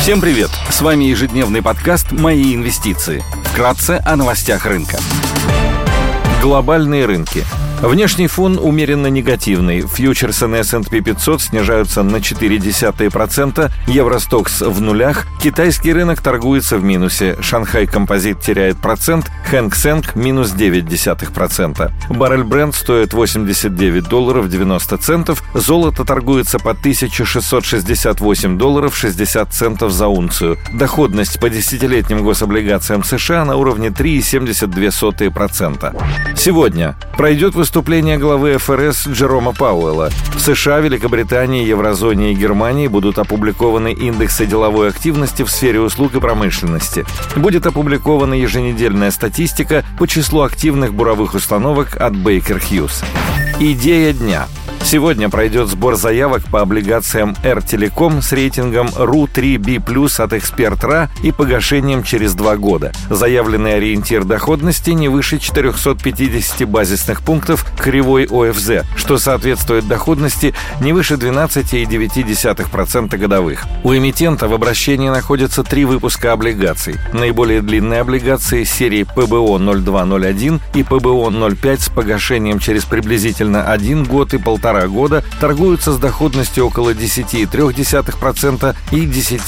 Всем привет! С вами ежедневный подкаст «Мои инвестиции». Вкратце о новостях рынка. Глобальные рынки. Внешний фон умеренно негативный. Фьючерсы на S&P 500 снижаются на 0,4%, Евростокс в нулях, китайский рынок торгуется в минусе, Шанхай Композит теряет процент, Хэнк Сэнк минус 0,9%. Баррель Brent стоит $89.90, золото торгуется по $1668.60 за унцию. Доходность по десятилетним гособлигациям США на уровне 3,72%. Сегодня пройдет выступление главы ФРС Джерома Пауэлла. В США, Великобритании, Еврозоне и Германии будут опубликованы индексы деловой активности в сфере услуг и промышленности. Будет опубликована еженедельная статистика по числу активных буровых установок от Baker Hughes. Идея дня. Сегодня пройдет сбор заявок по облигациям R-Telecom с рейтингом RU3B+, от Expert.Ra и погашением через 2 года. Заявленный ориентир доходности не выше 450 базисных пунктов кривой ОФЗ, что соответствует доходности не выше 12,9% годовых. У эмитента в обращении находятся 3 выпуска облигаций. Наиболее длинные облигации серии ПБО-0201 и ПБО-05 с погашением через приблизительно 1 год и 1,5 года торгуются с доходностью около 10,3% и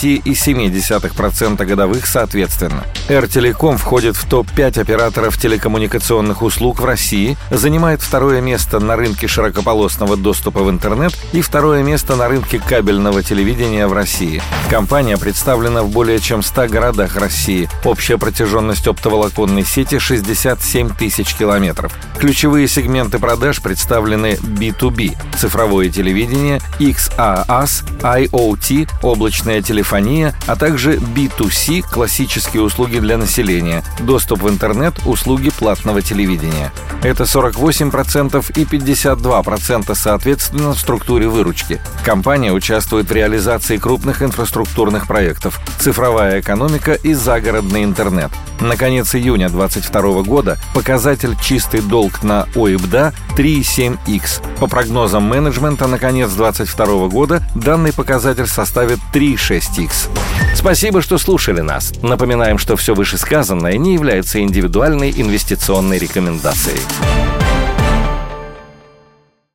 10,7% годовых соответственно. R-Telecom входит в топ-5 операторов телекоммуникационных услуг в России, занимает 2-е место на рынке широкополосного доступа в интернет и 2-е место на рынке кабельного телевидения в России. Компания представлена в более чем 100 городах России. Общая протяженность оптоволоконной сети 67 тысяч километров. Ключевые сегменты продаж представлены B2B – цифровое телевидение, XaaS, IoT, облачная телефония, а также B2C – классические услуги для населения, доступ в интернет, услуги платного телевидения. Это 48% и 52% соответственно в структуре выручки. Компания участвует в реализации крупных инфраструктурных проектов, цифровая экономика и загородный интернет. На конец июня 2022 года показатель чистый долг на OIBDA 3,7x. По прогнозам менеджмента на конец 2022 года данный показатель составит 3,6x. Спасибо, что слушали нас. Напоминаем, что все вышесказанное не является индивидуальной инвестиционной рекомендацией.